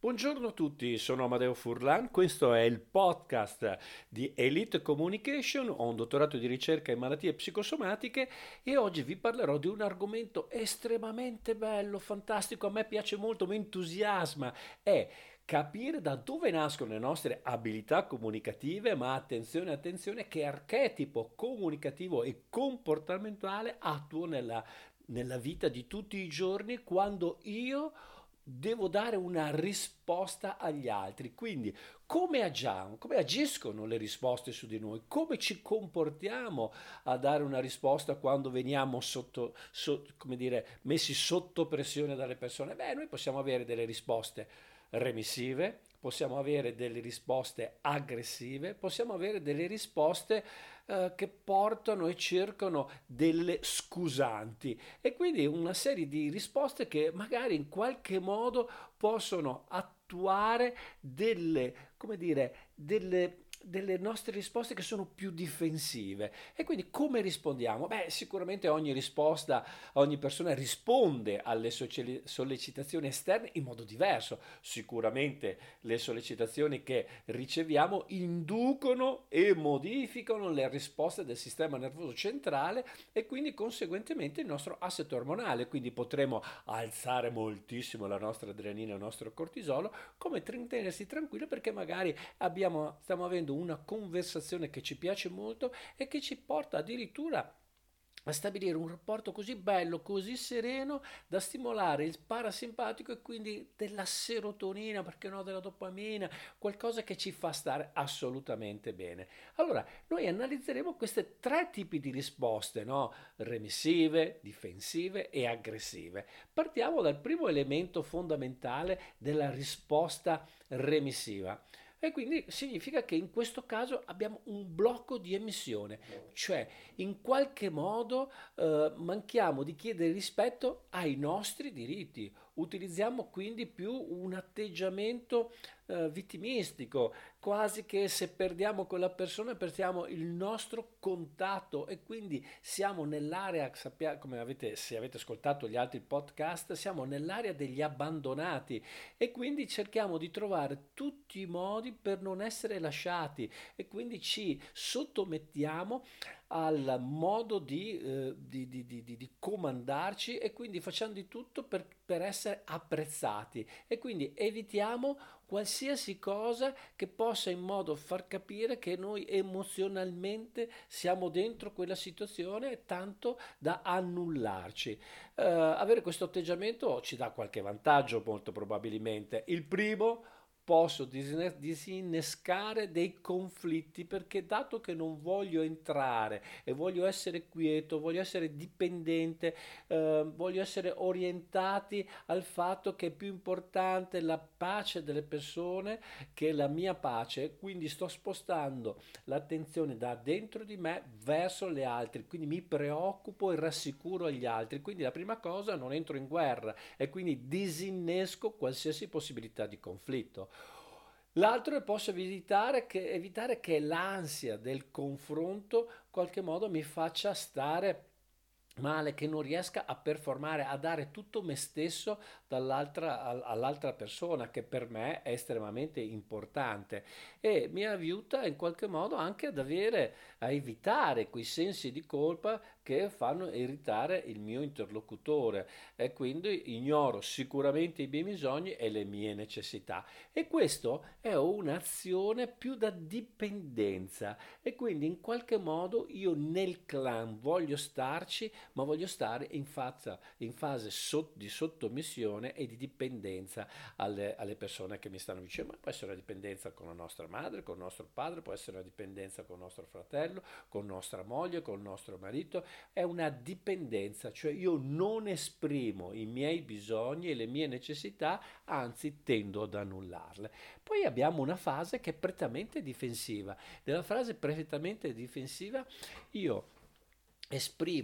Buongiorno a tutti, sono Amadeo Furlan, questo è il podcast di Elite Communication, ho un dottorato di ricerca in malattie psicosomatiche e oggi vi parlerò di un argomento estremamente bello, fantastico, a me piace molto, mi entusiasma, è capire da dove nascono le nostre abilità comunicative, ma attenzione, attenzione, che archetipo comunicativo e comportamentale attuo nella vita di tutti i giorni quando io devo dare una risposta agli altri. Quindi come agiamo, come agiscono le risposte su di noi, come ci comportiamo a dare una risposta quando veniamo come dire, messi sotto pressione dalle persone. Beh, noi possiamo avere delle risposte remissive, possiamo avere delle risposte aggressive, possiamo avere delle risposte che portano e cercano delle scusanti e quindi una serie di risposte che magari in qualche modo possono attuare delle, come dire, delle nostre risposte che sono più difensive. E quindi come rispondiamo? Beh, sicuramente ogni risposta, ogni persona risponde alle sollecitazioni esterne in modo diverso. Sicuramente le sollecitazioni che riceviamo inducono e modificano le risposte del sistema nervoso centrale e quindi conseguentemente il nostro assetto ormonale, quindi potremo alzare moltissimo la nostra adrenalina, il nostro cortisolo, come tenersi tranquillo perché magari stiamo avendo una conversazione che ci piace molto e che ci porta addirittura a stabilire un rapporto così bello, così sereno da stimolare il parasimpatico e quindi della serotonina, perché no, della dopamina, qualcosa che ci fa stare assolutamente bene. Allora, noi analizzeremo questi tre tipi di risposte, no? Remissive, difensive e aggressive. Partiamo dal primo elemento fondamentale della risposta remissiva. E quindi significa che in questo caso abbiamo un blocco di emissione, cioè in qualche modo manchiamo di chiedere rispetto ai nostri diritti. Utilizziamo quindi più un atteggiamento vittimistico, quasi che se perdiamo quella persona perdiamo il nostro contatto e quindi siamo nell'area, come avete, se avete ascoltato gli altri podcast, siamo nell'area degli abbandonati e quindi cerchiamo di trovare tutti i modi per non essere lasciati e quindi ci sottomettiamo al modo di comandarci e quindi facciamo di tutto per essere apprezzati e quindi evitiamo qualsiasi cosa che possa in modo far capire che noi emozionalmente siamo dentro quella situazione tanto da annullarci. Avere questo atteggiamento ci dà qualche vantaggio molto probabilmente. Il primo, posso disinnescare dei conflitti perché dato che non voglio entrare e voglio essere quieto, voglio essere dipendente, voglio essere orientati al fatto che è più importante la pace delle persone che la mia pace, quindi sto spostando l'attenzione da dentro di me verso le altre, quindi mi preoccupo e rassicuro gli altri, quindi la prima cosa non entro in guerra e quindi disinnesco qualsiasi possibilità di conflitto. L'altro è posso evitare che l'ansia del confronto in qualche modo mi faccia stare male, che non riesca a performare, a dare tutto me stesso all'altra persona, che per me è estremamente importante e mi aiuta in qualche modo anche a evitare quei sensi di colpa che fanno irritare il mio interlocutore e quindi ignoro sicuramente i miei bisogni e le mie necessità. E questo è un'azione più da dipendenza e quindi in qualche modo io nel clan voglio starci, ma voglio stare in fase di sottomissione e di dipendenza alle persone che mi stanno vicino. Ma può essere una dipendenza con la nostra madre, con il nostro padre, può essere una dipendenza con il nostro fratello, con nostra moglie, con il nostro marito. È una dipendenza, cioè io non esprimo i miei bisogni e le mie necessità, anzi tendo ad annullarle. Poi abbiamo una fase che è prettamente difensiva. Nella fase prettamente difensiva io esprimo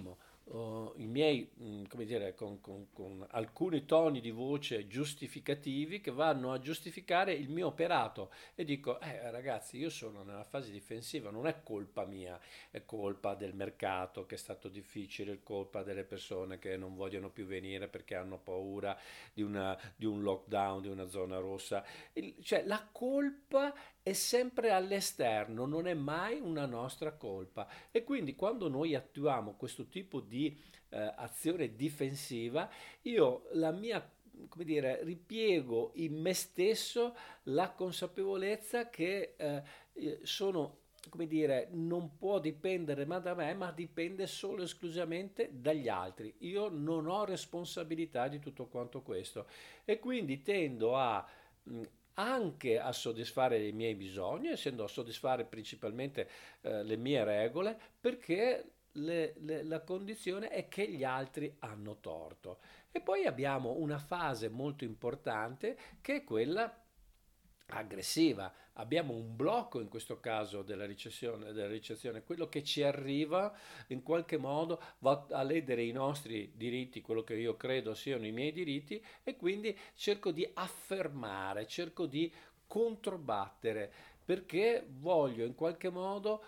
i miei, come dire, con alcuni toni di voce giustificativi che vanno a giustificare il mio operato e dico, ragazzi, io sono nella fase difensiva, non è colpa mia, è colpa del mercato che è stato difficile, è colpa delle persone che non vogliono più venire perché hanno paura di un lockdown, di una zona rossa. Cioè la colpa è sempre all'esterno, non è mai una nostra colpa. E quindi quando noi attuiamo questo tipo di azione difensiva, io la mia, come dire, ripiego in me stesso la consapevolezza che sono, come dire, non può dipendere ma da me, ma dipende solo e esclusivamente dagli altri. Io non ho responsabilità di tutto quanto questo e quindi tendo a mh, anche a soddisfare i miei bisogni, essendo a soddisfare principalmente le mie regole, perché la condizione è che gli altri hanno torto. E poi abbiamo una fase molto importante che è quella aggressiva. Abbiamo un blocco in questo caso della ricezione, quello che ci arriva in qualche modo va a ledere i nostri diritti, quello che io credo siano i miei diritti e quindi cerco di affermare, cerco di controbattere perché voglio in qualche modo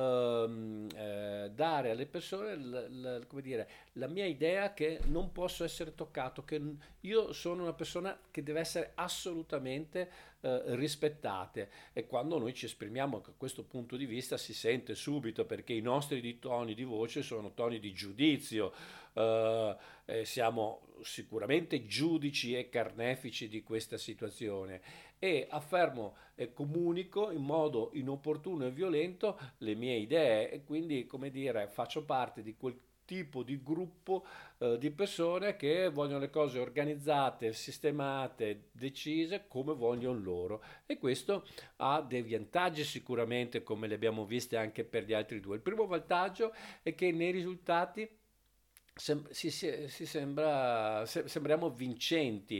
dare alle persone come dire, la mia idea che non posso essere toccato, che io sono una persona che deve essere assolutamente rispettate e quando noi ci esprimiamo da questo punto di vista si sente subito perché i nostri toni di voce sono toni di giudizio, siamo sicuramente giudici e carnefici di questa situazione e affermo e comunico in modo inopportuno e violento le mie idee e quindi, come dire, faccio parte di quel tipo di gruppo di persone che vogliono le cose organizzate, sistemate, decise come vogliono loro e questo ha dei vantaggi sicuramente come li abbiamo visti anche per gli altri due. Il primo vantaggio è che nei risultati sembriamo vincenti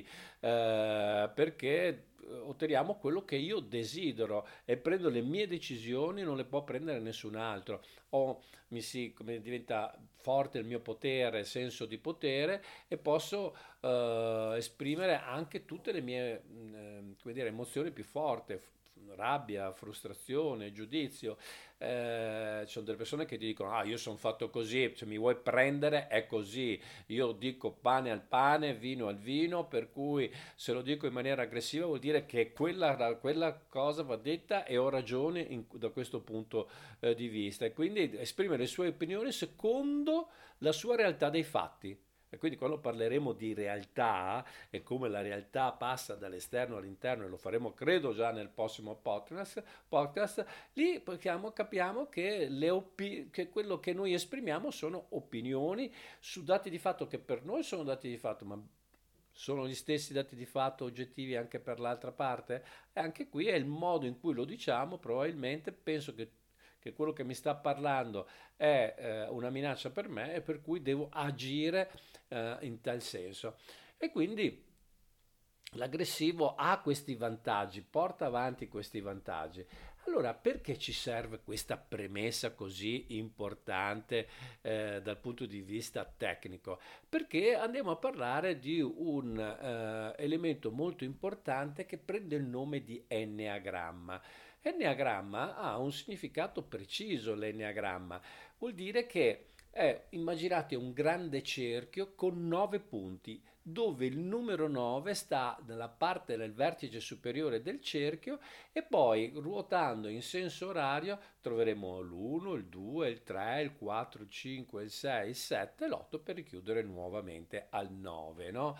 perché otteniamo quello che io desidero e prendo le mie decisioni, non le può prendere nessun altro. O come diventa forte il mio potere, senso di potere e posso esprimere anche tutte le mie come dire, emozioni più forti, rabbia, frustrazione, giudizio. Ci sono delle persone che ti dicono: Ah, io sono fatto così, se mi vuoi prendere è così. Io dico pane al pane, vino al vino, per cui se lo dico in maniera aggressiva vuol dire che quella cosa va detta e ho ragione da questo punto di vista. E quindi esprime le sue opinioni secondo la sua realtà dei fatti. E quindi quando parleremo di realtà e come la realtà passa dall'esterno all'interno, e lo faremo credo già nel prossimo podcast lì capiamo che, che quello che noi esprimiamo sono opinioni su dati di fatto che per noi sono dati di fatto, ma sono gli stessi dati di fatto oggettivi anche per l'altra parte? E anche qui è il modo in cui lo diciamo, probabilmente penso che quello che mi sta parlando è una minaccia per me e per cui devo agire in tal senso. E quindi l'aggressivo ha questi vantaggi, porta avanti questi vantaggi. Allora, perché ci serve questa premessa così importante dal punto di vista tecnico? Perché andiamo a parlare di un elemento molto importante che prende il nome di enneagramma. Enneagramma ha un significato preciso, l'enneagramma. Vuol dire che immaginate un grande cerchio con 9 punti dove il numero 9 sta nella parte del vertice superiore del cerchio e poi ruotando in senso orario troveremo l'1, il 2, il 3, il 4, il 5, il 6, il 7 e l'8 per richiudere nuovamente al 9, no?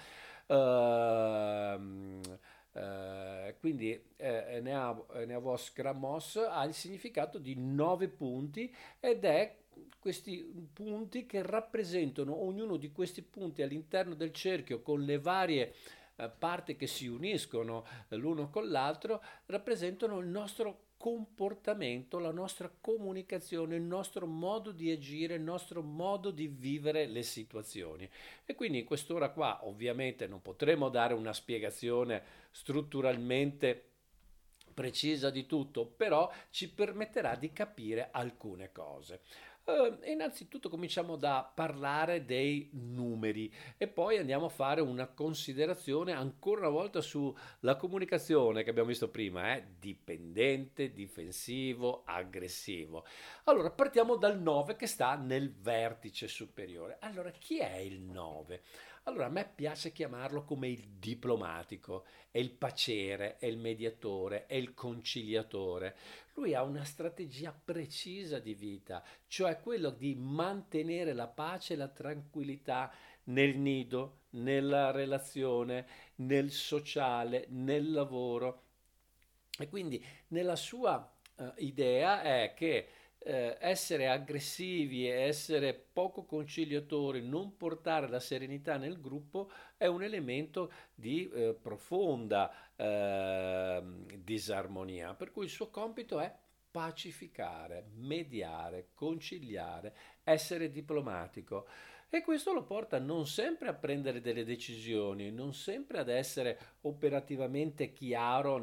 Ehm, quindi Neavos Gramos ha il significato di 9 punti ed è questi punti che rappresentano ognuno di questi punti all'interno del cerchio con le varie parti che si uniscono l'uno con l'altro, rappresentano il nostro comportamento, la nostra comunicazione, il nostro modo di agire, il nostro modo di vivere le situazioni. E quindi in quest'ora qua ovviamente non potremo dare una spiegazione strutturalmente precisa di tutto, però ci permetterà di capire alcune cose. Innanzitutto cominciamo da parlare dei numeri e poi andiamo a fare una considerazione ancora una volta sulla comunicazione che abbiamo visto prima, dipendente, difensivo, aggressivo. Allora, partiamo dal 9 che sta nel vertice superiore. Allora, chi è il 9? Allora, a me piace chiamarlo come il diplomatico, è il paciere, è il mediatore, è il conciliatore. Lui ha una strategia precisa di vita, cioè quello di mantenere la pace e la tranquillità nel nido, nella relazione, nel sociale, nel lavoro. E quindi nella sua idea è che essere aggressivi e essere poco conciliatori, non portare la serenità nel gruppo è un elemento di profonda disarmonia, per cui il suo compito è pacificare, mediare, conciliare, essere diplomatico. E questo lo porta non sempre a prendere delle decisioni, non sempre ad essere operativamente chiaro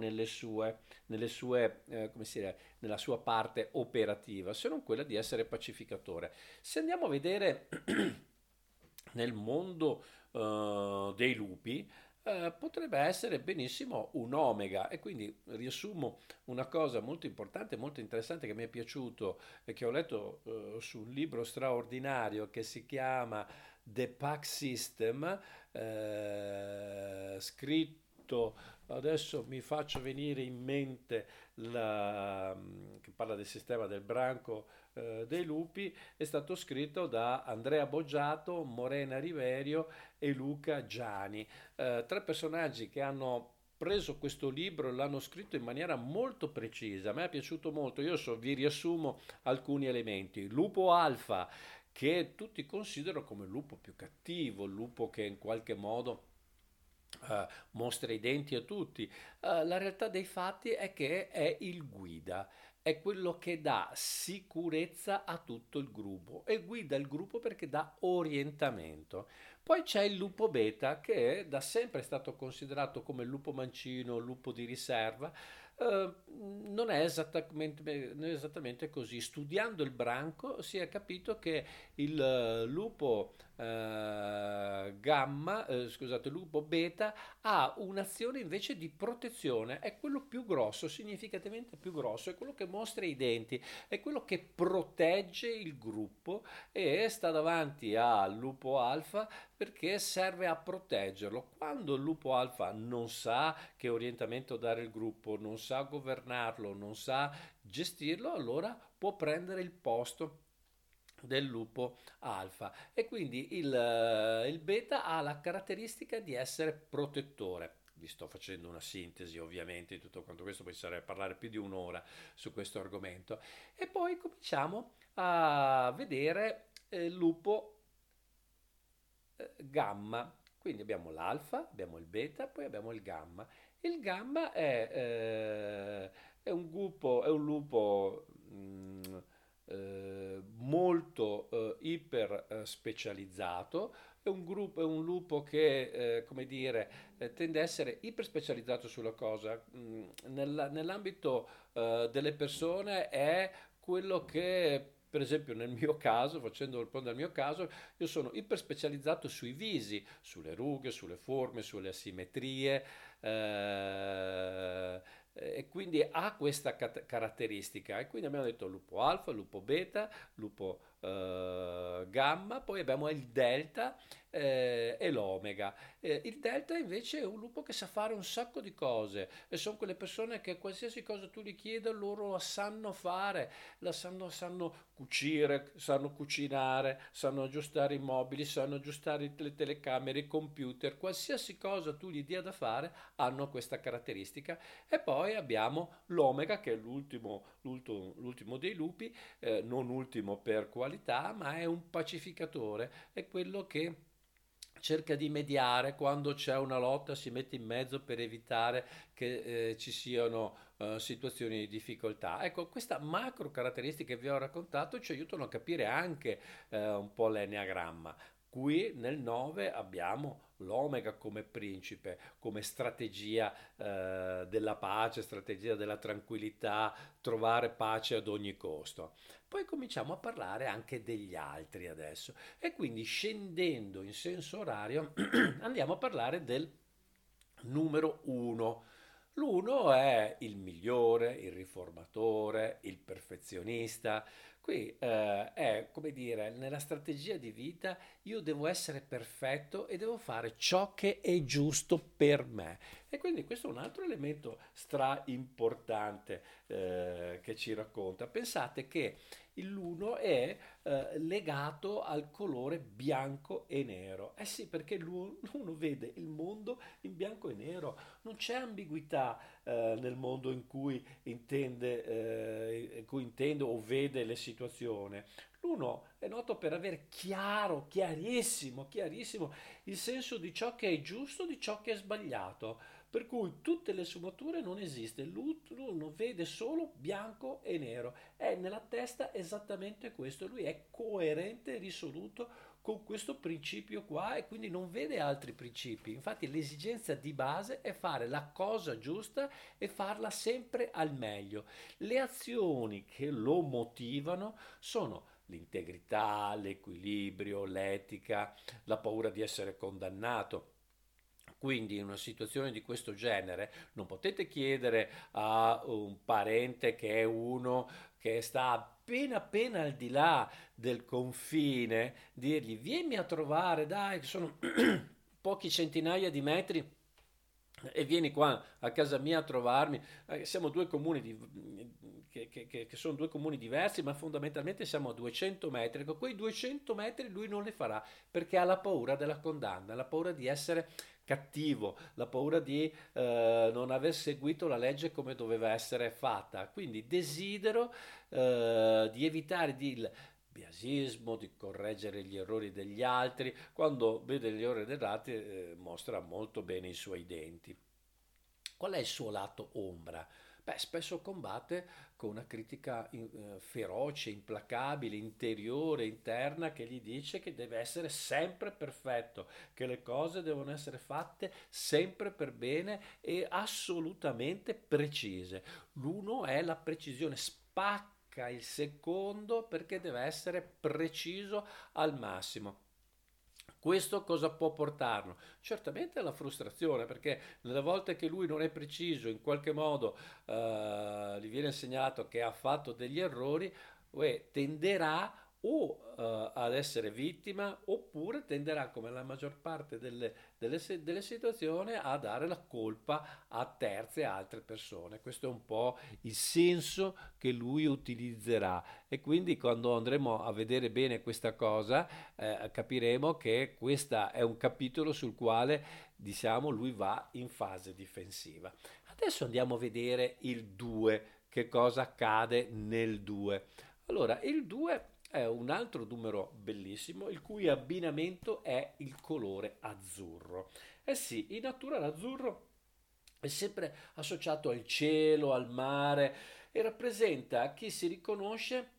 come si dice, nella sua parte operativa, se non quella di essere pacificatore. Se andiamo a vedere nel mondo dei lupi, potrebbe essere benissimo un omega e quindi riassumo una cosa molto importante, molto interessante che mi è piaciuto e che ho letto su un libro straordinario che si chiama The Pack System, scritto, adesso mi faccio venire in mente che parla del sistema del branco dei lupi, è stato scritto da Andrea Boggiato, Morena Riverio e Luca Giani, tre personaggi che hanno preso questo libro e l'hanno scritto in maniera molto precisa. A me è piaciuto molto. Vi riassumo alcuni elementi. Lupo alfa, che tutti considerano come il lupo più cattivo, il lupo che in qualche modo mostra i denti a tutti. La realtà dei fatti è che è il guida, è quello che dà sicurezza a tutto il gruppo e guida il gruppo perché dà orientamento. Poi c'è il lupo beta che da sempre è stato considerato come il lupo mancino, il lupo di riserva. Non è esattamente così. Studiando il branco si è capito che il lupo gamma, scusate, il lupo beta ha un'azione invece di protezione, è quello più grosso, significativamente più grosso, è quello che mostra i denti, è quello che protegge il gruppo e sta davanti al lupo alfa perché serve a proteggerlo. Quando il lupo alfa non sa che orientamento dare al gruppo, non sa governarlo, non sa gestirlo, allora può prendere il posto del lupo alfa e quindi il beta ha la caratteristica di essere protettore. Vi sto facendo una sintesi ovviamente di tutto quanto questo, poi sarei a parlare più di un'ora su questo argomento. E poi cominciamo a vedere il lupo gamma. Quindi abbiamo l'alfa, abbiamo il beta, poi abbiamo il gamma. Il gamma è è un lupo molto iper specializzato, è un lupo che, come dire, tende a essere iper specializzato sulla cosa. Nell'ambito delle persone è quello che, per esempio, nel mio caso, facendo rispondere al mio caso, io sono iper specializzato sui visi, sulle rughe, sulle forme, sulle asimmetrie, e quindi ha questa caratteristica. E quindi abbiamo detto lupo alfa, lupo beta, lupo gamma, poi abbiamo il delta e l'omega. Il delta invece è un lupo che sa fare un sacco di cose e sono quelle persone che qualsiasi cosa tu gli chieda loro la sanno fare, sanno cucire, sanno cucinare, sanno aggiustare i mobili, sanno aggiustare le telecamere, i computer, qualsiasi cosa tu gli dia da fare hanno questa caratteristica. E poi abbiamo l'omega che è l'ultimo dei lupi, non ultimo per qualità, ma è un pacificatore, è quello che cerca di mediare quando c'è una lotta, si mette in mezzo per evitare che ci siano situazioni di difficoltà. Ecco, questa macro caratteristica che vi ho raccontato ci aiutano a capire anche un po' l'enneagramma. Qui nel 9 abbiamo l'Omega come principe, come strategia della pace, strategia della tranquillità, trovare pace ad ogni costo. Poi cominciamo a parlare anche degli altri adesso e quindi scendendo in senso orario andiamo a parlare del numero 1. L'uno è il migliore, il riformatore, il perfezionista. Qui è come dire, nella strategia di vita io devo essere perfetto e devo fare ciò che è giusto per me. E quindi questo è un altro elemento stra importante che ci racconta. Pensate che l'uno è legato al colore bianco e nero. Eh sì, perché l'uno vede il mondo in bianco e nero, non c'è ambiguità nel mondo in cui intende o vede le situazioni. L'uno è noto per avere chiaro, chiarissimo il senso di ciò che è giusto, di ciò che è sbagliato. Per cui tutte le sfumature non esiste, l'uno vede solo bianco e nero, è nella testa esattamente questo, lui è coerente e risoluto con questo principio qua e quindi non vede altri principi. Infatti l'esigenza di base è fare la cosa giusta e farla sempre al meglio. Le azioni che lo motivano sono l'integrità, l'equilibrio, l'etica, la paura di essere condannato. Quindi in una situazione di questo genere non potete chiedere a un parente che è uno che sta appena al di là del confine, dirgli vieni a trovare, dai, che sono pochi centinaia di metri e vieni qua a casa mia a trovarmi. Siamo due comuni che sono due comuni diversi, ma fondamentalmente siamo a 200 metri. Con quei 200 metri lui non le farà perché ha la paura della condanna, la paura di essere cattivo, la paura di non aver seguito la legge come doveva essere fatta. Quindi desidero di evitare il biasismo, di correggere gli errori degli altri. Quando vede gli errori degli altri mostra molto bene i suoi denti. Qual è il suo lato ombra? Beh, spesso combatte con una critica feroce, implacabile, interiore, interna, che gli dice che deve essere sempre perfetto, che le cose devono essere fatte sempre per bene e assolutamente precise. L'uno è la precisione, spacca il secondo perché deve essere preciso al massimo. Questo cosa può portarlo? Certamente alla frustrazione, perché nelle volte che lui non è preciso, in qualche modo gli viene segnalato che ha fatto degli errori, tenderà o ad essere vittima oppure tenderà, come la maggior parte delle situazioni, a dare la colpa a terze e altre persone. Questo è un po' il senso che lui utilizzerà e quindi quando andremo a vedere bene questa cosa capiremo che questo è un capitolo sul quale diciamo lui va in fase difensiva. Adesso andiamo a vedere il 2, che cosa accade nel 2. Allora, il 2 è un altro numero bellissimo, il cui abbinamento è il colore azzurro. Eh sì, in natura l'azzurro è sempre associato al cielo, al mare e rappresenta chi si riconosce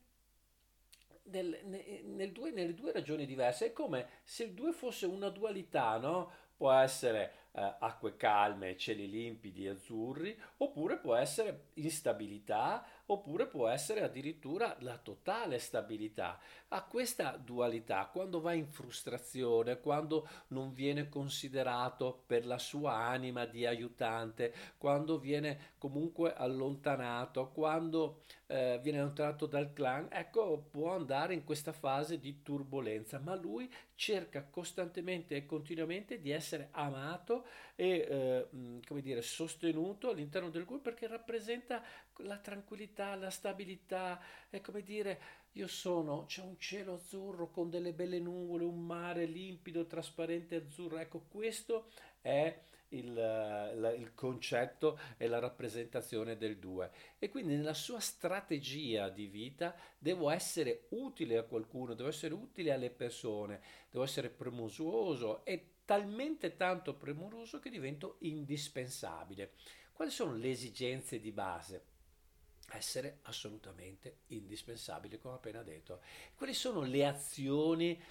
nelle due ragioni diverse. È come se il 2 fosse una dualità, no? Può essere acque calme, cieli limpidi e azzurri, oppure può essere instabilità, oppure può essere addirittura la totale stabilità. A questa dualità, quando va in frustrazione, quando non viene considerato per la sua anima di aiutante, quando viene comunque allontanato, quando viene allontanato dal clan, ecco, può andare in questa fase di turbolenza, ma lui cerca costantemente e continuamente di essere amato e come dire, sostenuto all'interno del gruppo perché rappresenta la tranquillità, la stabilità, è come dire c'è un cielo azzurro con delle belle nuvole, un mare limpido, trasparente, azzurro, ecco questo è il concetto e la rappresentazione del 2 e quindi nella sua strategia di vita devo essere utile a qualcuno, devo essere utile alle persone, devo essere premuroso e talmente tanto premuroso che divento indispensabile. Quali sono le esigenze di base? essere assolutamente indispensabili, come ho appena detto. Quali sono le azioni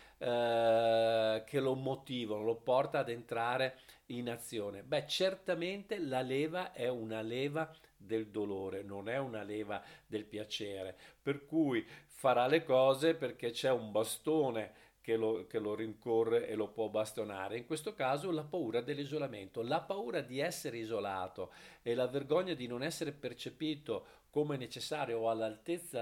che lo motivano, lo porta ad entrare in azione? Beh, certamente la leva è una leva del dolore, non è una leva del piacere, per cui farà le cose perché c'è un bastone che lo rincorre e lo può bastonare. In questo caso la paura dell'isolamento, la paura di essere isolato e la vergogna di non essere percepito come necessario o all'altezza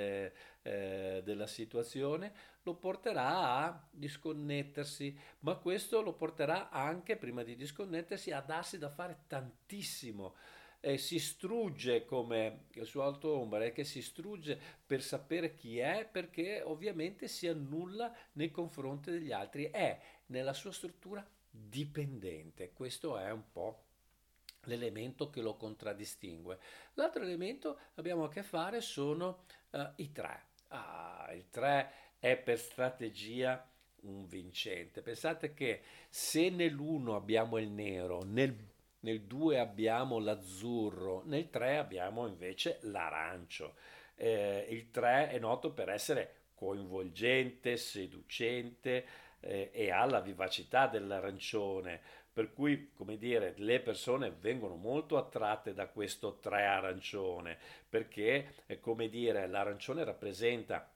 della situazione, lo porterà a disconnettersi, ma questo lo porterà anche, prima di disconnettersi, a darsi da fare tantissimo. Si strugge come il suo alto ombra, è che si strugge per sapere chi è, perché ovviamente si annulla nei confronti degli altri, è nella sua struttura dipendente. Questo è un po' l'elemento che lo contraddistingue. L'altro elemento abbiamo a che fare sono i tre. Il 3 è per strategia un vincente. Pensate che se nell'1 abbiamo il nero, nel 2 abbiamo l'azzurro, nel 3 abbiamo invece l'arancio. Il 3 è noto per essere coinvolgente, seducente e ha la vivacità dell'arancione, per cui, come dire, le persone vengono molto attratte da questo 3 arancione, perché, come dire, l'arancione rappresenta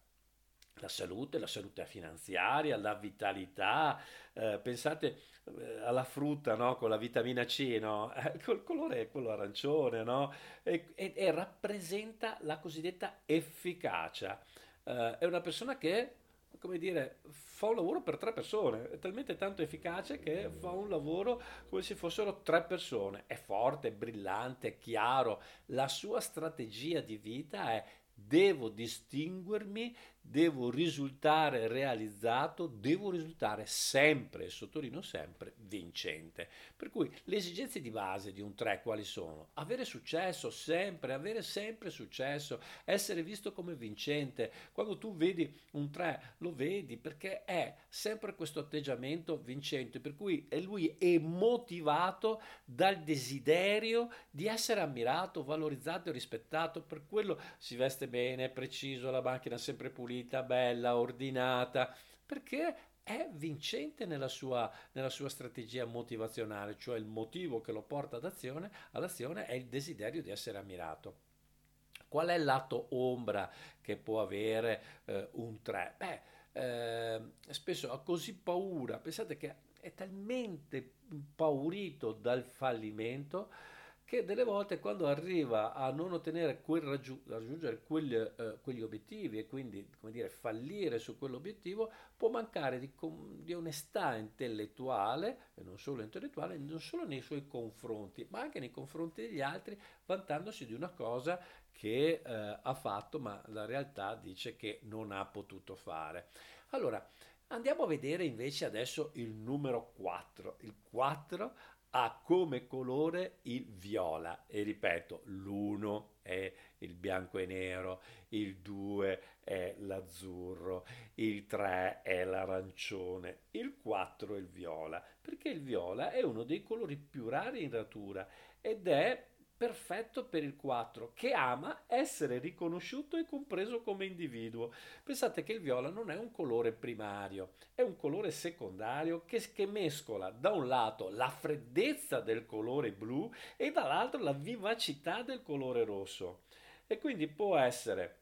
la salute finanziaria, la vitalità. Pensate alla frutta, no? Con la vitamina C, no? Col colore è quello arancione, no? E rappresenta la cosiddetta efficacia. È una persona che, come dire, fa un lavoro per tre persone, è talmente tanto efficace che fa un lavoro come se fossero tre persone. È forte, è brillante, è chiaro. La sua strategia di vita è: devo distinguermi, devo risultare realizzato, devo risultare sempre, e sottolineo sempre, vincente. Per cui le esigenze di base di un 3 quali sono? Avere successo sempre, avere sempre successo, essere visto come vincente. Quando tu vedi un 3 lo vedi perché è sempre questo atteggiamento vincente, per cui lui è motivato dal desiderio di essere ammirato, valorizzato e rispettato. Per quello si veste bene, è preciso, la macchina è sempre pulita, bella, ordinata, perché è vincente nella sua strategia motivazionale, cioè il motivo che lo porta all'azione è il desiderio di essere ammirato. Qual è il lato ombra che può avere un 3? Beh, spesso ha così paura, pensate che è talmente impaurito dal fallimento che delle volte, quando arriva a non ottenere raggiungere quegli obiettivi e quindi, come dire, fallire su quell'obiettivo, può mancare di onestà intellettuale, e non solo intellettuale, non solo nei suoi confronti, ma anche nei confronti degli altri, vantandosi di una cosa che ha fatto, ma la realtà dice che non ha potuto fare. Allora, andiamo a vedere invece adesso il numero 4. Il 4 ha come colore il viola, e ripeto, l'1 è il bianco e nero, il 2 è l'azzurro, il 3 è l'arancione, il 4 è il viola, perché il viola è uno dei colori più rari in natura ed è perfetto per il 4, che ama essere riconosciuto e compreso come individuo. Pensate che il viola non è un colore primario, è un colore secondario che mescola da un lato la freddezza del colore blu e dall'altro la vivacità del colore rosso. E quindi può essere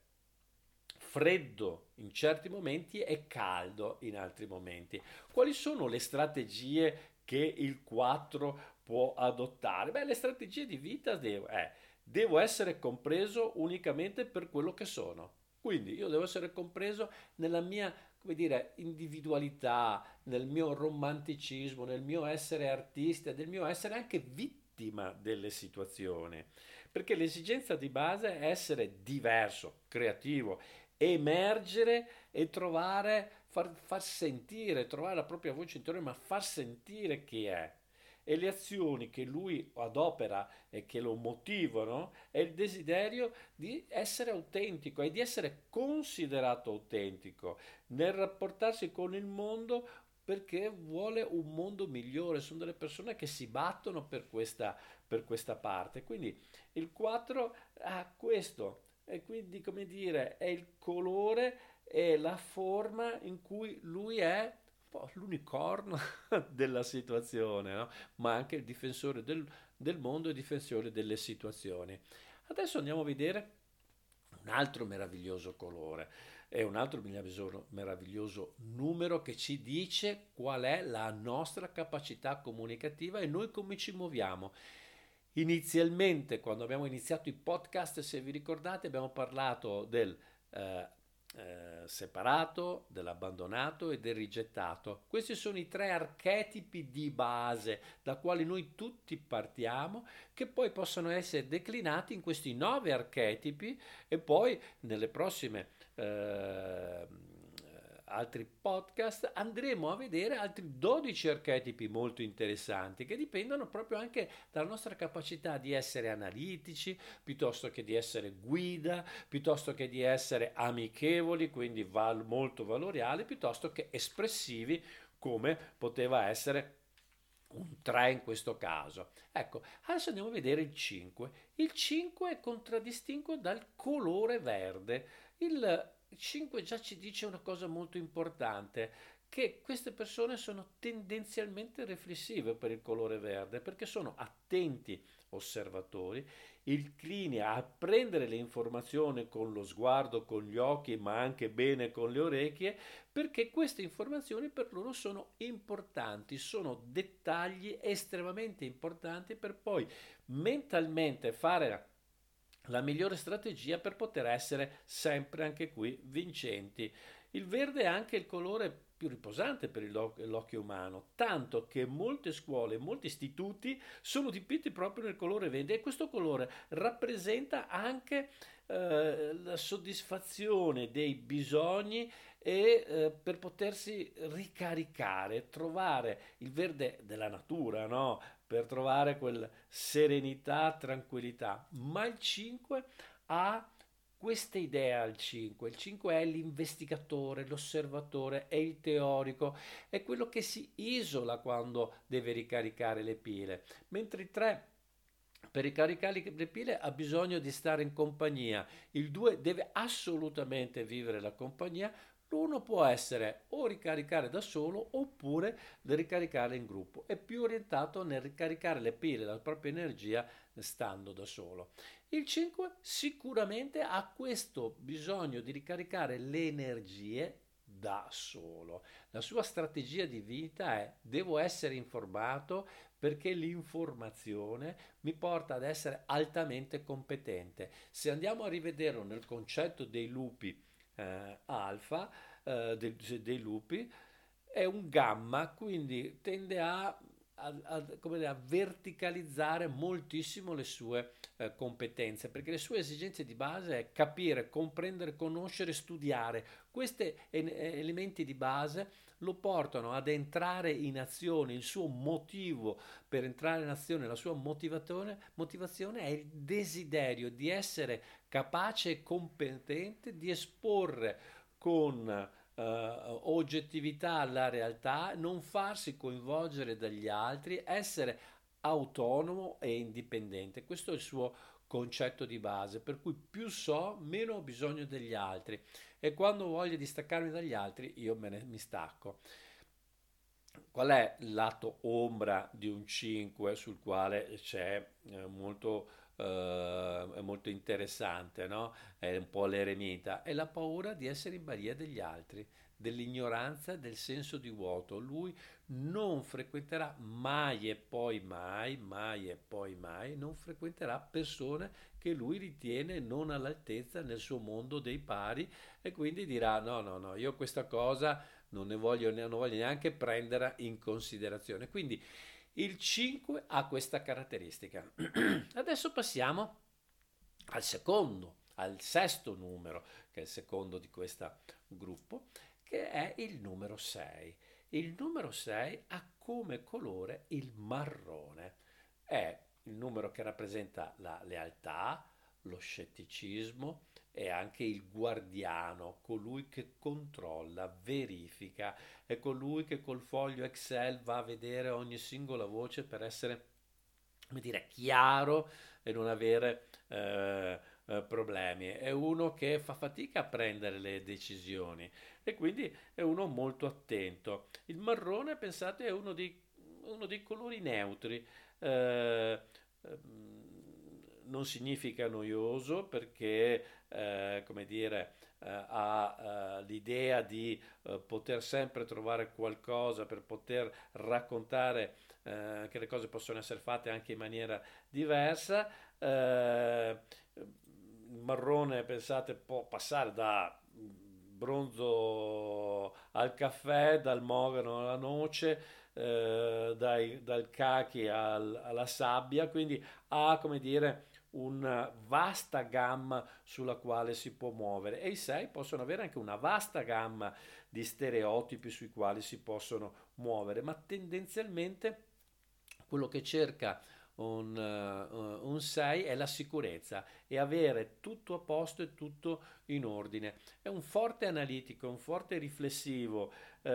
freddo in certi momenti e caldo in altri momenti. Quali sono le strategie che il 4 può adottare? Beh, le strategie di vita devo essere compreso unicamente per quello che sono. Quindi io devo essere compreso nella mia, come dire, individualità, nel mio romanticismo, nel mio essere artista, del mio essere anche vittima delle situazioni. Perché l'esigenza di base è essere diverso, creativo, emergere e far sentire, trovare la propria voce interiore, ma far sentire chi è. E le azioni che lui adopera e che lo motivano è il desiderio di essere autentico e di essere considerato autentico nel rapportarsi con il mondo, perché vuole un mondo migliore, sono delle persone che si battono per questa parte. Quindi il 4 ha questo, e quindi come dire, è il colore e la forma in cui lui è un po' l'unicorno della situazione, no? Ma anche il difensore del mondo e difensore delle situazioni. Adesso andiamo a vedere un altro meraviglioso colore e un altro meraviglioso numero che ci dice qual è la nostra capacità comunicativa e noi come ci muoviamo. Inizialmente, quando abbiamo iniziato i podcast, se vi ricordate, abbiamo parlato del eh, separato, dell'abbandonato e del rigettato. Questi sono i tre archetipi di base da quali noi tutti partiamo, che poi possono essere declinati in questi 9 archetipi e poi nelle prossime altri podcast andremo a vedere altri 12 archetipi molto interessanti che dipendono proprio anche dalla nostra capacità di essere analitici, piuttosto che di essere guida, piuttosto che di essere amichevoli, quindi molto valoriali, piuttosto che espressivi come poteva essere un 3 in questo caso. Ecco, adesso andiamo a vedere il 5. Il 5 contraddistingue dal colore verde. Il 5 già ci dice una cosa molto importante, che queste persone sono tendenzialmente riflessive per il colore verde, perché sono attenti osservatori, inclini a prendere le informazioni con lo sguardo, con gli occhi, ma anche bene con le orecchie, perché queste informazioni per loro sono importanti, sono dettagli estremamente importanti per poi mentalmente fare la migliore strategia per poter essere sempre anche qui vincenti. Il verde è anche il colore più riposante per l'occhio umano, tanto che molte scuole, molti istituti sono dipinti proprio nel colore verde e questo colore rappresenta anche la soddisfazione dei bisogni e per potersi ricaricare, trovare il verde della natura, no? Per trovare quella serenità, tranquillità. Ma il 5 ha questa idea al 5. Il 5 è l'investigatore, l'osservatore, è il teorico, è quello che si isola quando deve ricaricare le pile, mentre il 3 per ricaricare le pile ha bisogno di stare in compagnia, il 2 deve assolutamente vivere la compagnia, l'uno può essere o ricaricare da solo oppure ricaricare in gruppo, è più orientato nel ricaricare le pile, la propria energia stando da solo. Il 5 sicuramente ha questo bisogno di ricaricare le energie da solo. La sua strategia di vita è devo essere informato perché l'informazione mi porta ad essere altamente competente. Se andiamo a rivederlo nel concetto dei lupi alfa, dei lupi, è un gamma, quindi tende come dire, a verticalizzare moltissimo le sue competenze, perché le sue esigenze di base è capire, comprendere, conoscere, studiare. Questi elementi di base lo portano ad entrare in azione, il suo motivo per entrare in azione, la sua motivazione è il desiderio di essere capace e competente di esporre con oggettività la realtà, non farsi coinvolgere dagli altri, essere autonomo e indipendente. Questo è il suo concetto di base, per cui più so, meno ho bisogno degli altri e quando ho voglia di staccarmi dagli altri io mi stacco. Qual è il lato ombra di un 5 sul quale c'è è molto interessante, no? È un po' l'eremita, è la paura di essere in balia degli altri, dell'ignoranza, del senso di vuoto. Lui non frequenterà mai e poi mai, mai e poi mai, non frequenterà persone che lui ritiene non all'altezza nel suo mondo dei pari e quindi dirà no, no, no, io questa cosa non voglio neanche prendere in considerazione. Quindi il 5 ha questa caratteristica. Adesso passiamo al secondo, al sesto numero, che è il secondo di questo gruppo, che è il numero 6. Il numero 6 ha come colore il marrone. È il numero che rappresenta la lealtà, lo scetticismo è anche il guardiano, colui che controlla, verifica, è colui che col foglio Excel va a vedere ogni singola voce per essere, come dire, chiaro e non avere problemi. È uno che fa fatica a prendere le decisioni e quindi è uno molto attento. Il marrone, pensate, è uno dei colori neutri. Eh, non significa noioso perché, come dire, ha l'idea di poter sempre trovare qualcosa per poter raccontare che le cose possono essere fatte anche in maniera diversa. Il marrone, pensate, può passare da bronzo al caffè, dal mogano alla noce, dal cachi alla sabbia, quindi ha, come dire, una vasta gamma sulla quale si può muovere e i sei possono avere anche una vasta gamma di stereotipi sui quali si possono muovere, ma tendenzialmente quello che cerca un 6 è la sicurezza e avere tutto a posto e tutto in ordine. È un forte analitico, un forte riflessivo,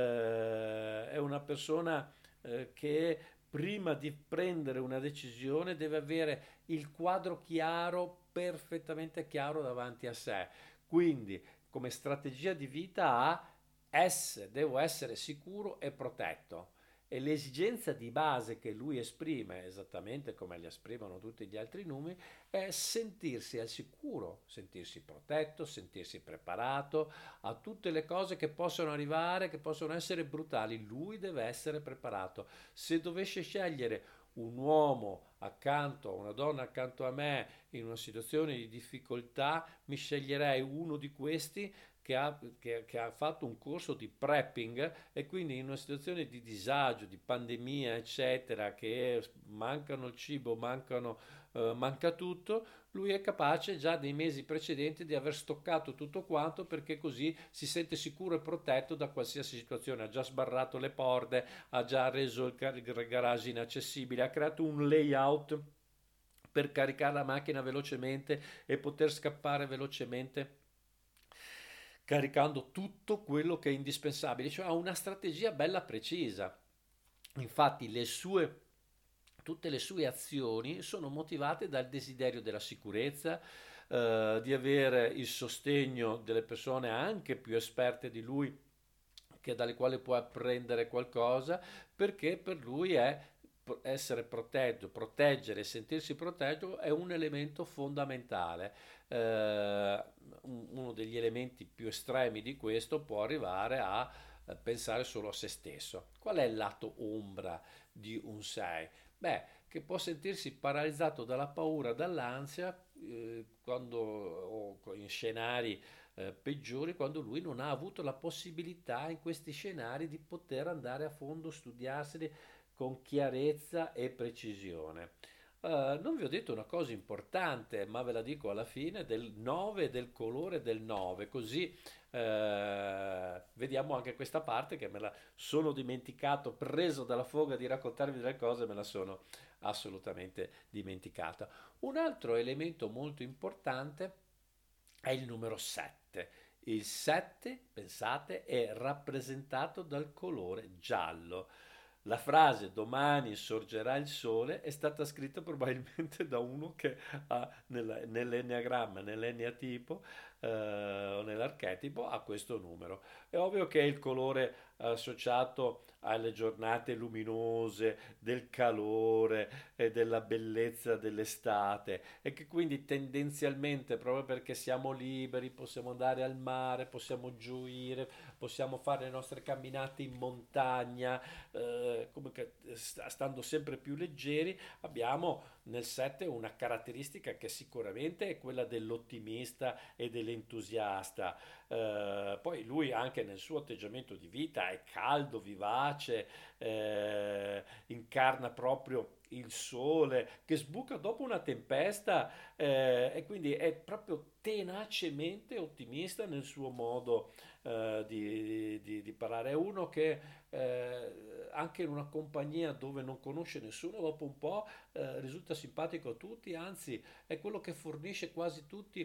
è una persona che prima di prendere una decisione deve avere il quadro chiaro, perfettamente chiaro davanti a sé. Quindi, come strategia di vita ha devo essere sicuro e protetto. E l'esigenza di base che lui esprime, esattamente come li esprimono tutti gli altri numeri, è sentirsi al sicuro, sentirsi protetto, sentirsi preparato a tutte le cose che possono arrivare, che possono essere brutali. Lui deve essere preparato. Se dovesse scegliere un uomo accanto, una donna accanto a me in una situazione di difficoltà, mi sceglierei uno di questi che ha fatto un corso di prepping e quindi in una situazione di disagio, di pandemia, eccetera, che mancano il cibo, manca tutto, lui è capace già nei mesi precedenti di aver stoccato tutto quanto perché così si sente sicuro e protetto da qualsiasi situazione. Ha già sbarrato le porte, ha già reso il garage inaccessibile, ha creato un layout per caricare la macchina velocemente e poter scappare velocemente caricando tutto quello che è indispensabile, cioè ha una strategia bella precisa. Infatti tutte le sue azioni sono motivate dal desiderio della sicurezza, di avere il sostegno delle persone anche più esperte di lui, dalle quali può apprendere qualcosa, perché per lui è essere protetto, proteggere, sentirsi protetto è un elemento fondamentale. Uno degli elementi più estremi di questo può arrivare a pensare solo a se stesso. Qual è il lato ombra di un 6? Beh, che può sentirsi paralizzato dalla paura, dall'ansia, quando, o in scenari peggiori, quando lui non ha avuto la possibilità in questi scenari di poter andare a fondo, studiarseli con chiarezza e precisione. Non vi ho detto una cosa importante, ma ve la dico alla fine, del 9 e del colore del 9, così vediamo anche questa parte che me la sono dimenticato, preso dalla foga di raccontarvi delle cose, me la sono assolutamente dimenticata. Un altro elemento molto importante è il numero 7. Il 7, pensate, è rappresentato dal colore giallo. La frase domani sorgerà il sole è stata scritta probabilmente da uno che ha nell'enneagramma, nell'enneatipo o nell'archetipo ha questo numero. È ovvio che è il colore associato alle giornate luminose, del calore e della bellezza dell'estate e che quindi tendenzialmente, proprio perché siamo liberi, possiamo andare al mare, possiamo gioire, possiamo fare le nostre camminate in montagna, stando sempre più leggeri, abbiamo nel 7 una caratteristica che sicuramente è quella dell'ottimista e dell'entusiasta. Poi lui anche nel suo atteggiamento di vita è caldo, vivace, incarna proprio il sole che sbuca dopo una tempesta e quindi è proprio tenacemente ottimista nel suo modo di parlare. È uno che anche in una compagnia dove non conosce nessuno, dopo un po' risulta simpatico a tutti, anzi è quello che fornisce quasi tutti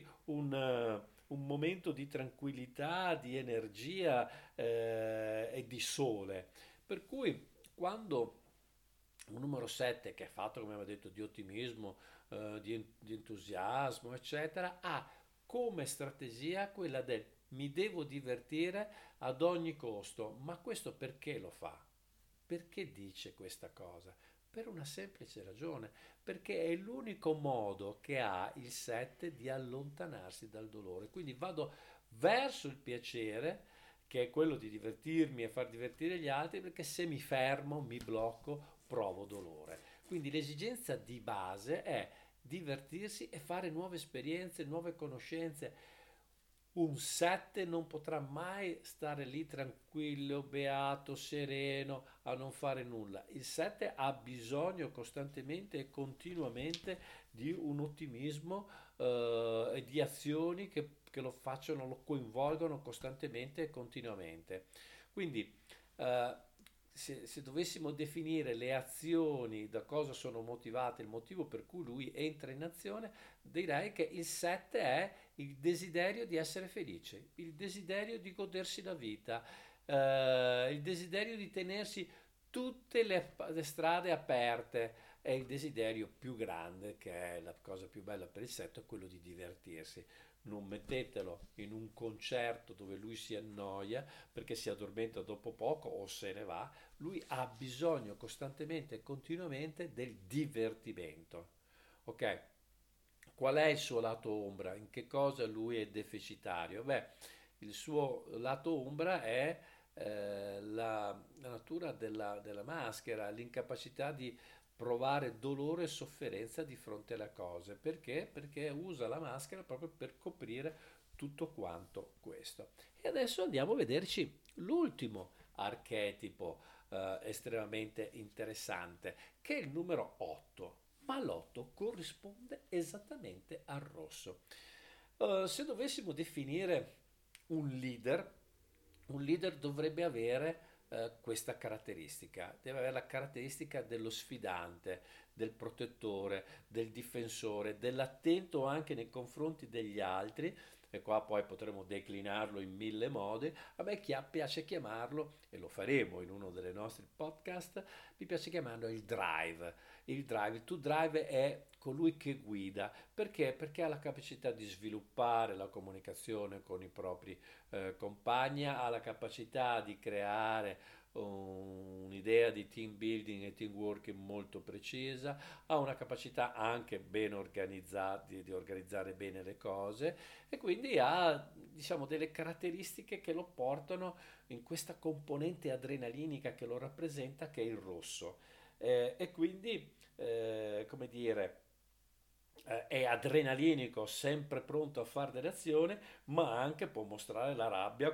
un momento di tranquillità, di energia e di sole. Per cui quando un numero 7 che è fatto, come abbiamo detto, di ottimismo, di entusiasmo, eccetera, ha come strategia quella del mi devo divertire ad ogni costo. Ma questo perché lo fa? Perché dice questa cosa? Per una semplice ragione, perché è l'unico modo che ha il 7 di allontanarsi dal dolore. Quindi vado verso il piacere, che è quello di divertirmi e far divertire gli altri, perché se mi fermo, mi blocco, provo dolore. Quindi l'esigenza di base è divertirsi e fare nuove esperienze, nuove conoscenze. Un 7 non potrà mai stare lì tranquillo, beato, sereno, a non fare nulla. Il 7 ha bisogno costantemente e continuamente di un ottimismo e di azioni che lo facciano, lo coinvolgono costantemente e continuamente. Quindi, eh, se dovessimo definire le azioni, da cosa sono motivate, il motivo per cui lui entra in azione, direi che il 7 è il desiderio di essere felice, il desiderio di godersi la vita, il desiderio di tenersi tutte le strade aperte. È il desiderio più grande, che è la cosa più bella per il 7, è quello di divertirsi. Non mettetelo in un concerto dove lui si annoia perché si addormenta dopo poco o se ne va. Lui ha bisogno costantemente e continuamente del divertimento. Ok? Qual è il suo lato ombra? In che cosa lui è deficitario? Beh, il suo lato ombra è la natura della maschera, l'incapacità di provare dolore e sofferenza di fronte alle cose. Perché? Perché usa la maschera proprio per coprire tutto quanto questo. E adesso andiamo a vederci l'ultimo archetipo estremamente interessante, che è il numero 8. Ma l'8 corrisponde esattamente al rosso. Se dovessimo definire un un leader dovrebbe avere questa caratteristica, deve avere la caratteristica dello sfidante, del protettore, del difensore, dell'attento anche nei confronti degli altri, e qua poi potremo declinarlo in mille modi. A me piace chiamarlo, e lo faremo in uno dei nostri podcast, mi piace chiamarlo il drive. Il drive, to drive è colui che guida. Perché? Perché ha la capacità di sviluppare la comunicazione con i propri compagni, ha la capacità di creare un'idea di team building e team working molto precisa, ha una capacità anche ben organizzata di organizzare bene le cose e quindi ha, diciamo, delle caratteristiche che lo portano in questa componente adrenalinica che lo rappresenta, che è il rosso. E quindi, come dire, è adrenalinico, sempre pronto a fare delle azioni, ma anche può mostrare la rabbia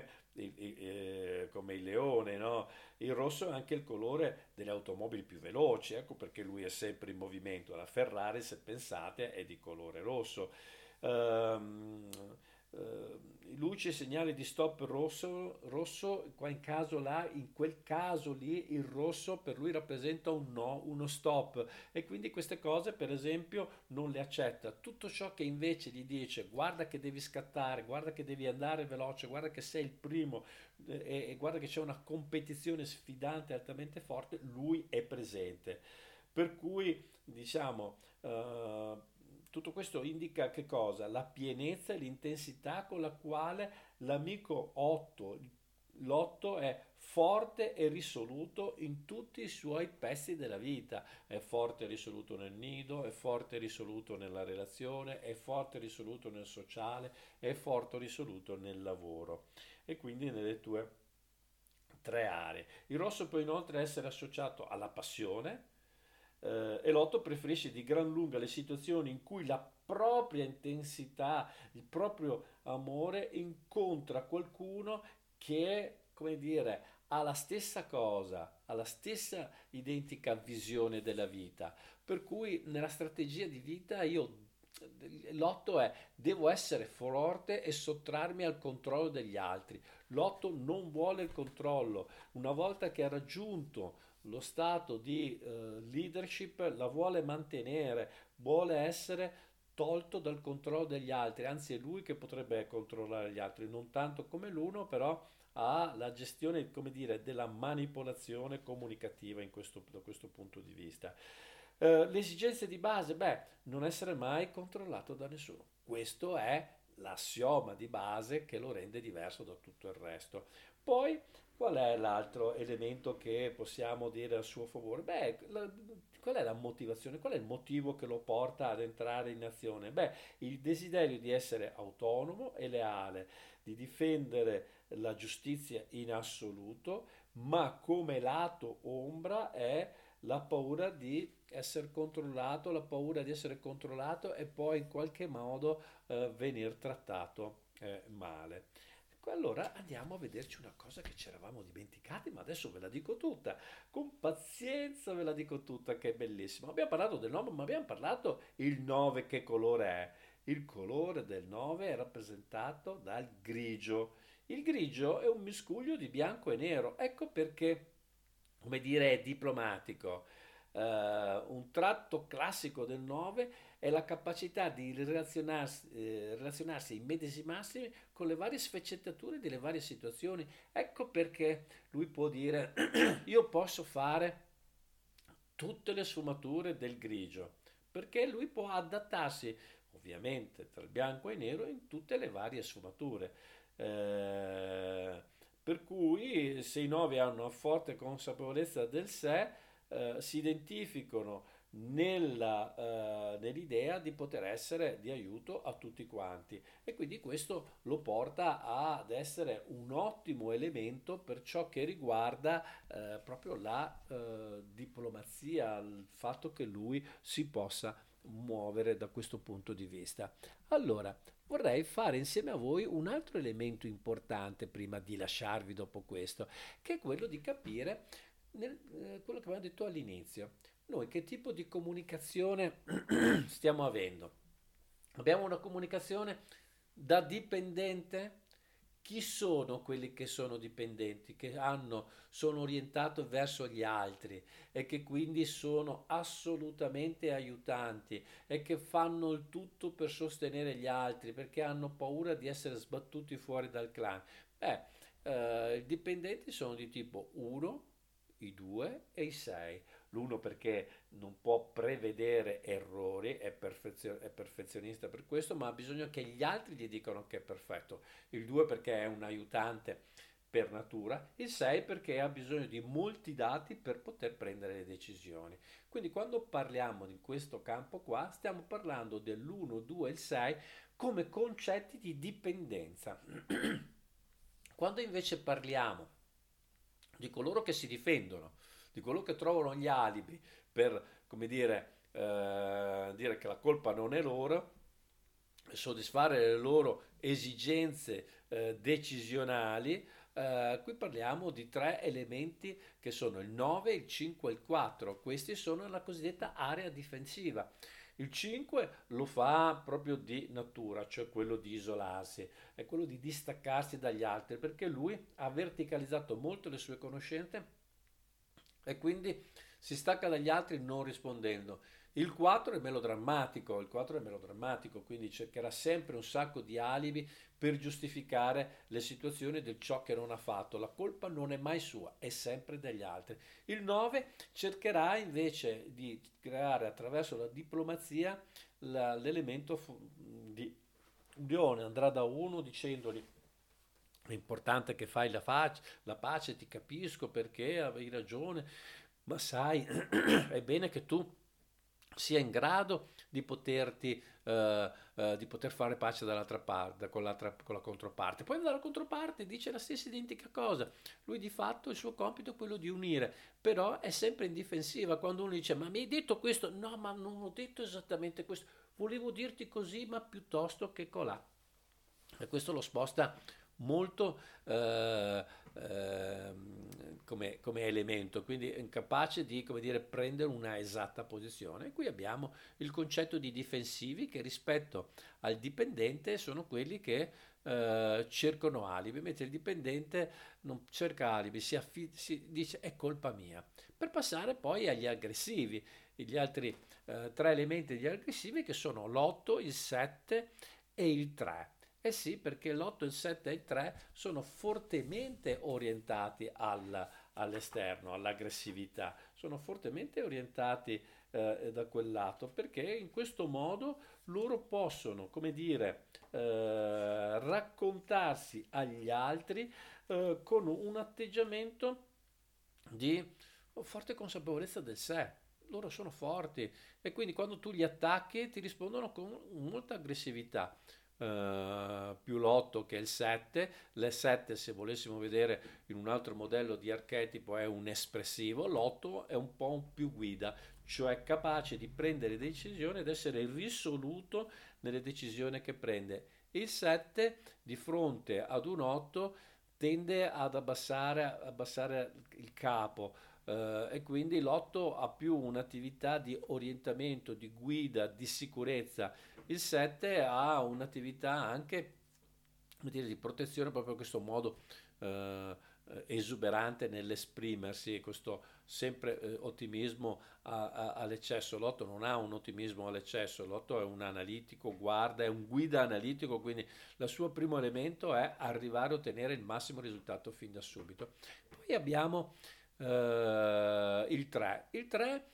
come il leone, no? Il rosso è anche il colore delle automobili più veloci, ecco perché lui è sempre in movimento. La Ferrari, se pensate, è di colore rosso. Ehm, Luci e segnali di stop rosso, qua in caso là, in quel caso lì il rosso per lui rappresenta un no, uno stop, e quindi queste cose per esempio non le accetta. Tutto ciò che invece gli dice guarda che devi scattare, guarda che devi andare veloce, guarda che sei il primo e guarda che c'è una competizione sfidante altamente forte, lui è presente. Per cui diciamo tutto questo indica che cosa? La pienezza e l'intensità con la quale l'amico 8, l'8 è forte e risoluto in tutti i suoi pezzi della vita. È forte e risoluto nel nido, è forte e risoluto nella relazione, è forte e risoluto nel sociale, è forte e risoluto nel lavoro. E quindi nelle tue tre aree. Il rosso può inoltre essere associato alla passione, e l'otto preferisce di gran lunga le situazioni in cui la propria intensità, il proprio amore incontra qualcuno che, come dire, ha la stessa cosa, ha la stessa identica visione della vita. Per cui nella strategia di vita io L'otto è devo essere forte e sottrarmi al controllo degli altri. L'otto non vuole il controllo. Una volta che ha raggiunto lo stato di leadership, la vuole mantenere, vuole essere tolto dal controllo degli altri, anzi è lui che potrebbe controllare gli altri, non tanto come l'uno, però ha la gestione, come dire, della manipolazione comunicativa da questo punto di vista. Le esigenze di base, beh, non essere mai controllato da nessuno. Questo è l'assioma di base che lo rende diverso da tutto il resto. Poi, qual è l'altro elemento che possiamo dire a suo favore? Beh, qual è la motivazione? Qual è il motivo che lo porta ad entrare in azione? Beh, il desiderio di essere autonomo e leale, di difendere la giustizia in assoluto, ma come lato ombra è la paura di essere controllato, la paura di essere controllato e poi in qualche modo venir trattato male. Allora andiamo a vederci una cosa che ci eravamo dimenticati, ma adesso ve la dico tutta. Con pazienza ve la dico tutta, che è bellissima. Abbiamo parlato del 9, ma abbiamo parlato il 9 che colore è. Il colore del 9 è rappresentato dal grigio. Il grigio è un miscuglio di bianco e nero. Ecco perché, come dire, è diplomatico. Un tratto classico del 9 è la capacità di relazionarsi, immedesimarsi con le varie sfaccettature delle varie situazioni. Ecco perché lui può dire: io posso fare tutte le sfumature del grigio, perché lui può adattarsi, ovviamente, tra il bianco e il nero in tutte le varie sfumature. Eh, per cui se i 9 hanno una forte consapevolezza del sé, si identificano nell'idea di poter essere di aiuto a tutti quanti e quindi questo lo porta ad essere un ottimo elemento per ciò che riguarda proprio la diplomazia, il fatto che lui si possa muovere da questo punto di vista. Allora, vorrei fare insieme a voi un altro elemento importante prima di lasciarvi dopo questo, che è quello di capire quello che abbiamo detto all'inizio. Noi che tipo di comunicazione stiamo avendo? Abbiamo una comunicazione da dipendente? Chi sono quelli che sono dipendenti, sono orientati verso gli altri e che quindi sono assolutamente aiutanti e che fanno il tutto per sostenere gli altri perché hanno paura di essere sbattuti fuori dal clan? I dipendenti sono di tipo 1, i 2 e i 6. L'1 perché non può prevedere errori, è perfezionista per questo, ma ha bisogno che gli altri gli dicano che è perfetto. Il 2 perché è un aiutante per natura, il 6 perché ha bisogno di molti dati per poter prendere le decisioni. Quindi quando parliamo di questo campo qua, stiamo parlando dell'1, 2 e il 6 come concetti di dipendenza. Quando invece parliamo di coloro che si difendono, di coloro che trovano gli alibi per, come dire che la colpa non è loro, soddisfare le loro esigenze decisionali. Qui parliamo di tre elementi che sono il 9, il 5 e il 4. Questi sono la cosiddetta area difensiva. Il 5 lo fa proprio di natura, cioè quello di isolarsi, è quello di distaccarsi dagli altri, perché lui ha verticalizzato molto le sue conoscenze e quindi si stacca dagli altri non rispondendo. Il 4 è melodrammatico, quindi cercherà sempre un sacco di alibi per giustificare le situazioni del ciò che non ha fatto. La colpa non è mai sua, è sempre degli altri. Il 9 cercherà invece di creare attraverso la diplomazia l'elemento di unione, andrà da uno dicendogli: è importante che fai la pace, ti capisco perché avevi ragione, ma sai, è bene che tu sia in grado di poter fare pace dall'altra parte, con la controparte. Poi dalla controparte dice la stessa identica cosa. Lui di fatto il suo compito è quello di unire, però è sempre in difensiva. Quando uno dice: ma mi hai detto questo? No, ma non ho detto esattamente questo. Volevo dirti così, ma piuttosto che colà. E questo lo sposta molto come elemento, quindi è incapace di, come dire, prendere una esatta posizione. E qui abbiamo il concetto di difensivi che rispetto al dipendente sono quelli che cercano alibi, mentre il dipendente non cerca alibi, si dice è colpa mia, per passare poi agli aggressivi, gli altri tre elementi degli aggressivi che sono l'8, il 7 e il 3. Eh sì, perché l'8, il 7 e il 3 sono fortemente orientati all'esterno, all'aggressività, sono fortemente orientati da quel lato, perché in questo modo loro possono, come dire, raccontarsi agli altri con un atteggiamento di forte consapevolezza del sé. Loro sono forti e quindi quando tu li attacchi ti rispondono con molta aggressività. Più l'8 che il 7, l'7 se volessimo vedere in un altro modello di archetipo è un espressivo, l'8 è un po' più guida, cioè capace di prendere decisioni ed essere risoluto nelle decisioni che prende. Il 7 di fronte ad un 8 tende ad abbassare il capo e quindi l'8 ha più un'attività di orientamento, di guida, di sicurezza. Il 7 ha un'attività anche, come dire, di protezione, proprio in questo modo esuberante nell'esprimersi, questo sempre ottimismo all'eccesso. L'otto non ha un ottimismo all'eccesso, l'otto è un analitico, guarda, è un guida analitico, quindi il suo primo elemento è arrivare a ottenere il massimo risultato fin da subito. Poi abbiamo il 3. Il 3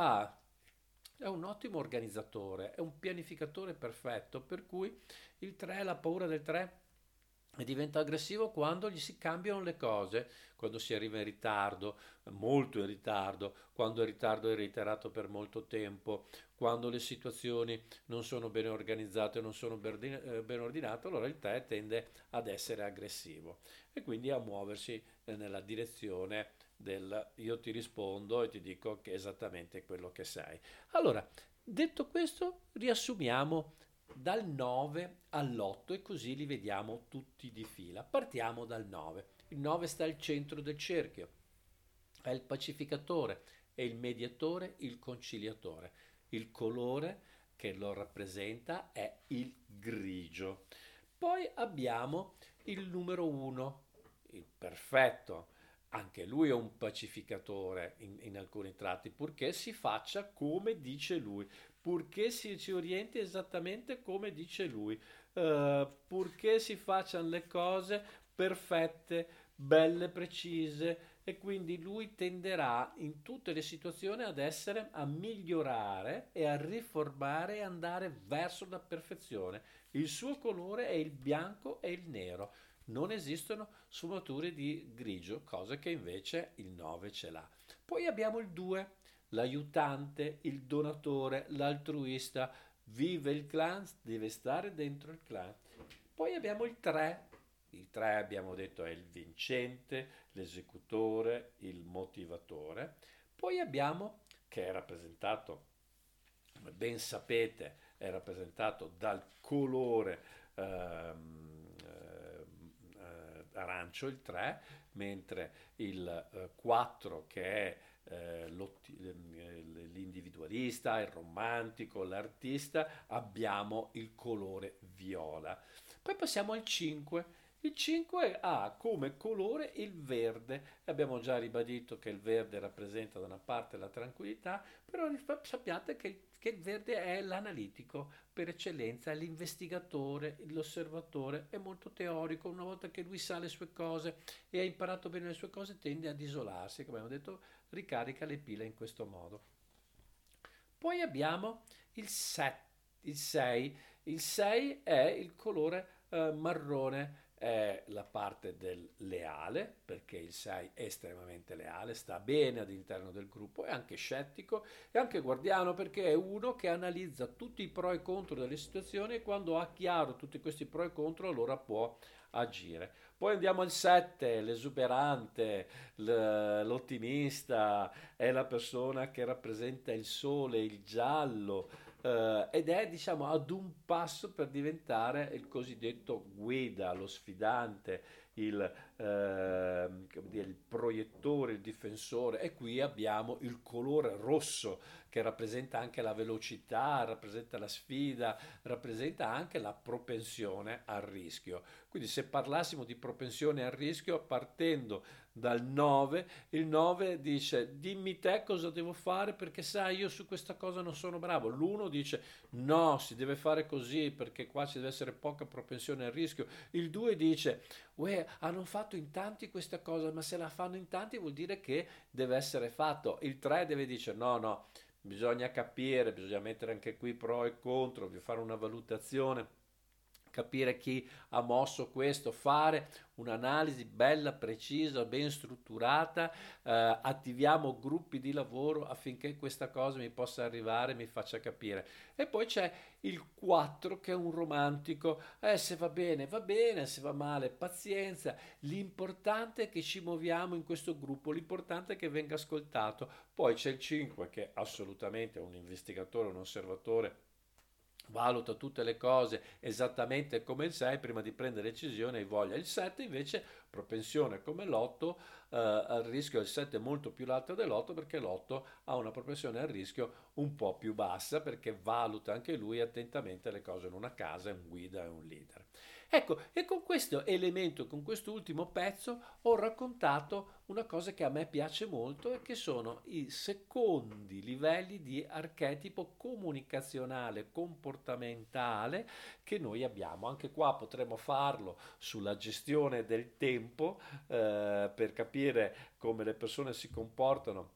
è un ottimo organizzatore, è un pianificatore perfetto, per cui il 3, la paura del 3 e diventa aggressivo quando gli si cambiano le cose, quando si arriva in ritardo, molto in ritardo, quando il ritardo è reiterato per molto tempo, quando le situazioni non sono ben organizzate, non sono ben ordinate, allora il te tende ad essere aggressivo e quindi a muoversi nella direzione del io ti rispondo e ti dico che è esattamente quello che sei. Allora, detto questo, riassumiamo dal 9 all'8 e così li vediamo tutti di fila. Partiamo dal 9. Il 9 sta al centro del cerchio, è il pacificatore, è il mediatore, il conciliatore. Il colore che lo rappresenta è il grigio. Poi abbiamo il numero 1, il perfetto. Anche lui è un pacificatore in alcuni tratti, purché si faccia come dice lui, purché si orienti esattamente come dice lui, purché si facciano le cose perfette, belle, precise e quindi lui tenderà in tutte le situazioni a migliorare e a riformare e andare verso la perfezione. Il suo colore è il bianco e il nero. Non esistono sfumature di grigio, cosa che invece il 9 ce l'ha. Poi abbiamo il 2, l'aiutante, il donatore, l'altruista, vive il clan, deve stare dentro il clan. Poi abbiamo il 3 abbiamo detto è il vincente, l'esecutore, il motivatore. Poi abbiamo, che è rappresentato, come ben sapete, è rappresentato dal colore arancio, il 3, mentre il 4 che è l'individualista, il romantico, l'artista, abbiamo il colore viola. Poi passiamo al 5. Il 5 ha come colore il verde. Abbiamo già ribadito che il verde rappresenta da una parte la tranquillità, però sappiate che il verde è l'analitico per eccellenza, è l'investigatore, l'osservatore, è molto teorico. Una volta che lui sa le sue cose e ha imparato bene le sue cose, tende ad isolarsi, come abbiamo detto, ricarica le pile in questo modo. Poi abbiamo il 7, il 6. Il 6 è il colore marrone, è la parte del leale, perché il 6 è estremamente leale, sta bene all'interno del gruppo, è anche scettico e anche guardiano perché è uno che analizza tutti i pro e contro delle situazioni e quando ha chiaro tutti questi pro e contro allora può agire. Poi andiamo al 7, l'esuberante, l'ottimista, è la persona che rappresenta il sole, il giallo, ed è diciamo ad un passo per diventare il cosiddetto guida, lo sfidante, come dire, il proiettore, il difensore, e qui abbiamo il colore rosso che rappresenta anche la velocità, rappresenta la sfida, rappresenta anche la propensione al rischio. Quindi se parlassimo di propensione al rischio, partendo dal 9, il 9 dice dimmi te cosa devo fare perché sai io su questa cosa non sono bravo. L'1 dice no, si deve fare così perché qua ci deve essere poca propensione al rischio. Il 2 dice uè, hanno fatto in tanti questa cosa, ma se la fanno in tanti vuol dire che deve essere fatto. Il 3 deve dire no, no, bisogna capire, bisogna mettere anche qui pro e contro, bisogna fare una valutazione, capire chi ha mosso questo, fare un'analisi bella, precisa, ben strutturata, attiviamo gruppi di lavoro affinché questa cosa mi possa arrivare, mi faccia capire. E poi c'è il 4 che è un romantico, se va bene, se va male, pazienza, l'importante è che ci muoviamo in questo gruppo, l'importante è che venga ascoltato. Poi c'è il 5 che assolutamente è un investigatore, un osservatore, valuta tutte le cose esattamente come il 6 prima di prendere decisione e voglia. Il 7 invece propensione come l'8 al rischio, il 7 è molto più alto dell'8 perché l'8 ha una propensione al rischio un po' più bassa perché valuta anche lui attentamente le cose in una casa, è un guida, è un leader. Ecco, e con questo elemento, con questo ultimo pezzo, ho raccontato una cosa che a me piace molto e che sono i secondi livelli di archetipo comunicazionale, comportamentale che noi abbiamo. Anche qua potremmo farlo sulla gestione del tempo per capire come le persone si comportano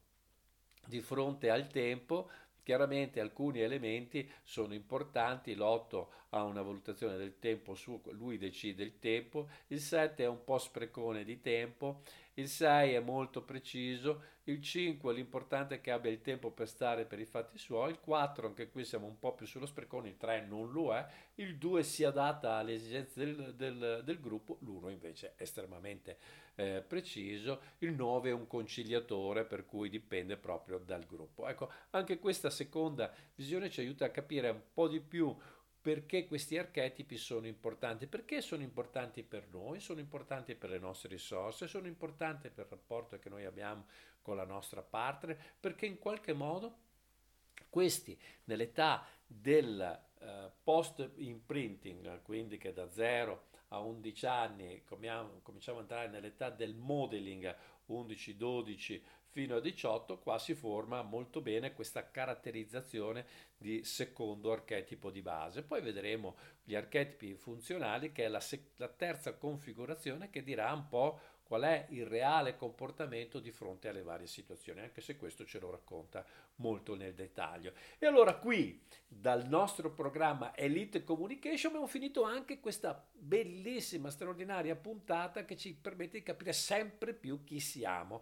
di fronte al tempo. Chiaramente alcuni elementi sono importanti, l'8 ha una valutazione del tempo su, lui decide il tempo, il 7 è un po' sprecone di tempo, il 6 è molto preciso, il 5 l'importante è che abbia il tempo per stare per i fatti suoi, il 4 anche qui siamo un po' più sullo sprecone, il 3 non lo è, il 2 si adatta alle esigenze del gruppo, l'1 invece è estremamente preciso, il 9 è un conciliatore per cui dipende proprio dal gruppo. Ecco, anche questa seconda visione ci aiuta a capire un po' di più perché questi archetipi sono importanti, perché sono importanti per noi, sono importanti per le nostre risorse, sono importanti per il rapporto che noi abbiamo con la nostra partner, perché in qualche modo questi nell'età del post imprinting, quindi che da 0 a 11 anni cominciamo a entrare nell'età del modeling 11-12 fino a 18, qua si forma molto bene questa caratterizzazione di secondo archetipo di base. Poi vedremo gli archetipi funzionali, che è la terza configurazione che dirà un po' qual è il reale comportamento di fronte alle varie situazioni, anche se questo ce lo racconta molto nel dettaglio. E allora qui, dal nostro programma Elite Communication, abbiamo finito anche questa bellissima, straordinaria puntata che ci permette di capire sempre più chi siamo.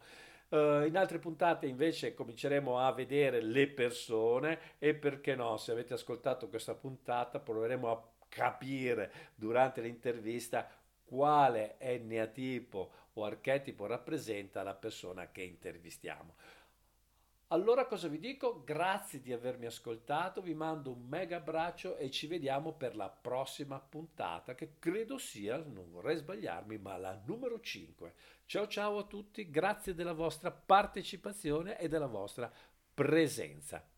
In altre puntate invece cominceremo a vedere le persone e perché no, se avete ascoltato questa puntata proveremo a capire durante l'intervista quale eneatipo o archetipo rappresenta la persona che intervistiamo. Allora cosa vi dico? Grazie di avermi ascoltato, vi mando un mega abbraccio e ci vediamo per la prossima puntata che credo sia, non vorrei sbagliarmi, ma la numero 5. Ciao ciao a tutti, grazie della vostra partecipazione e della vostra presenza.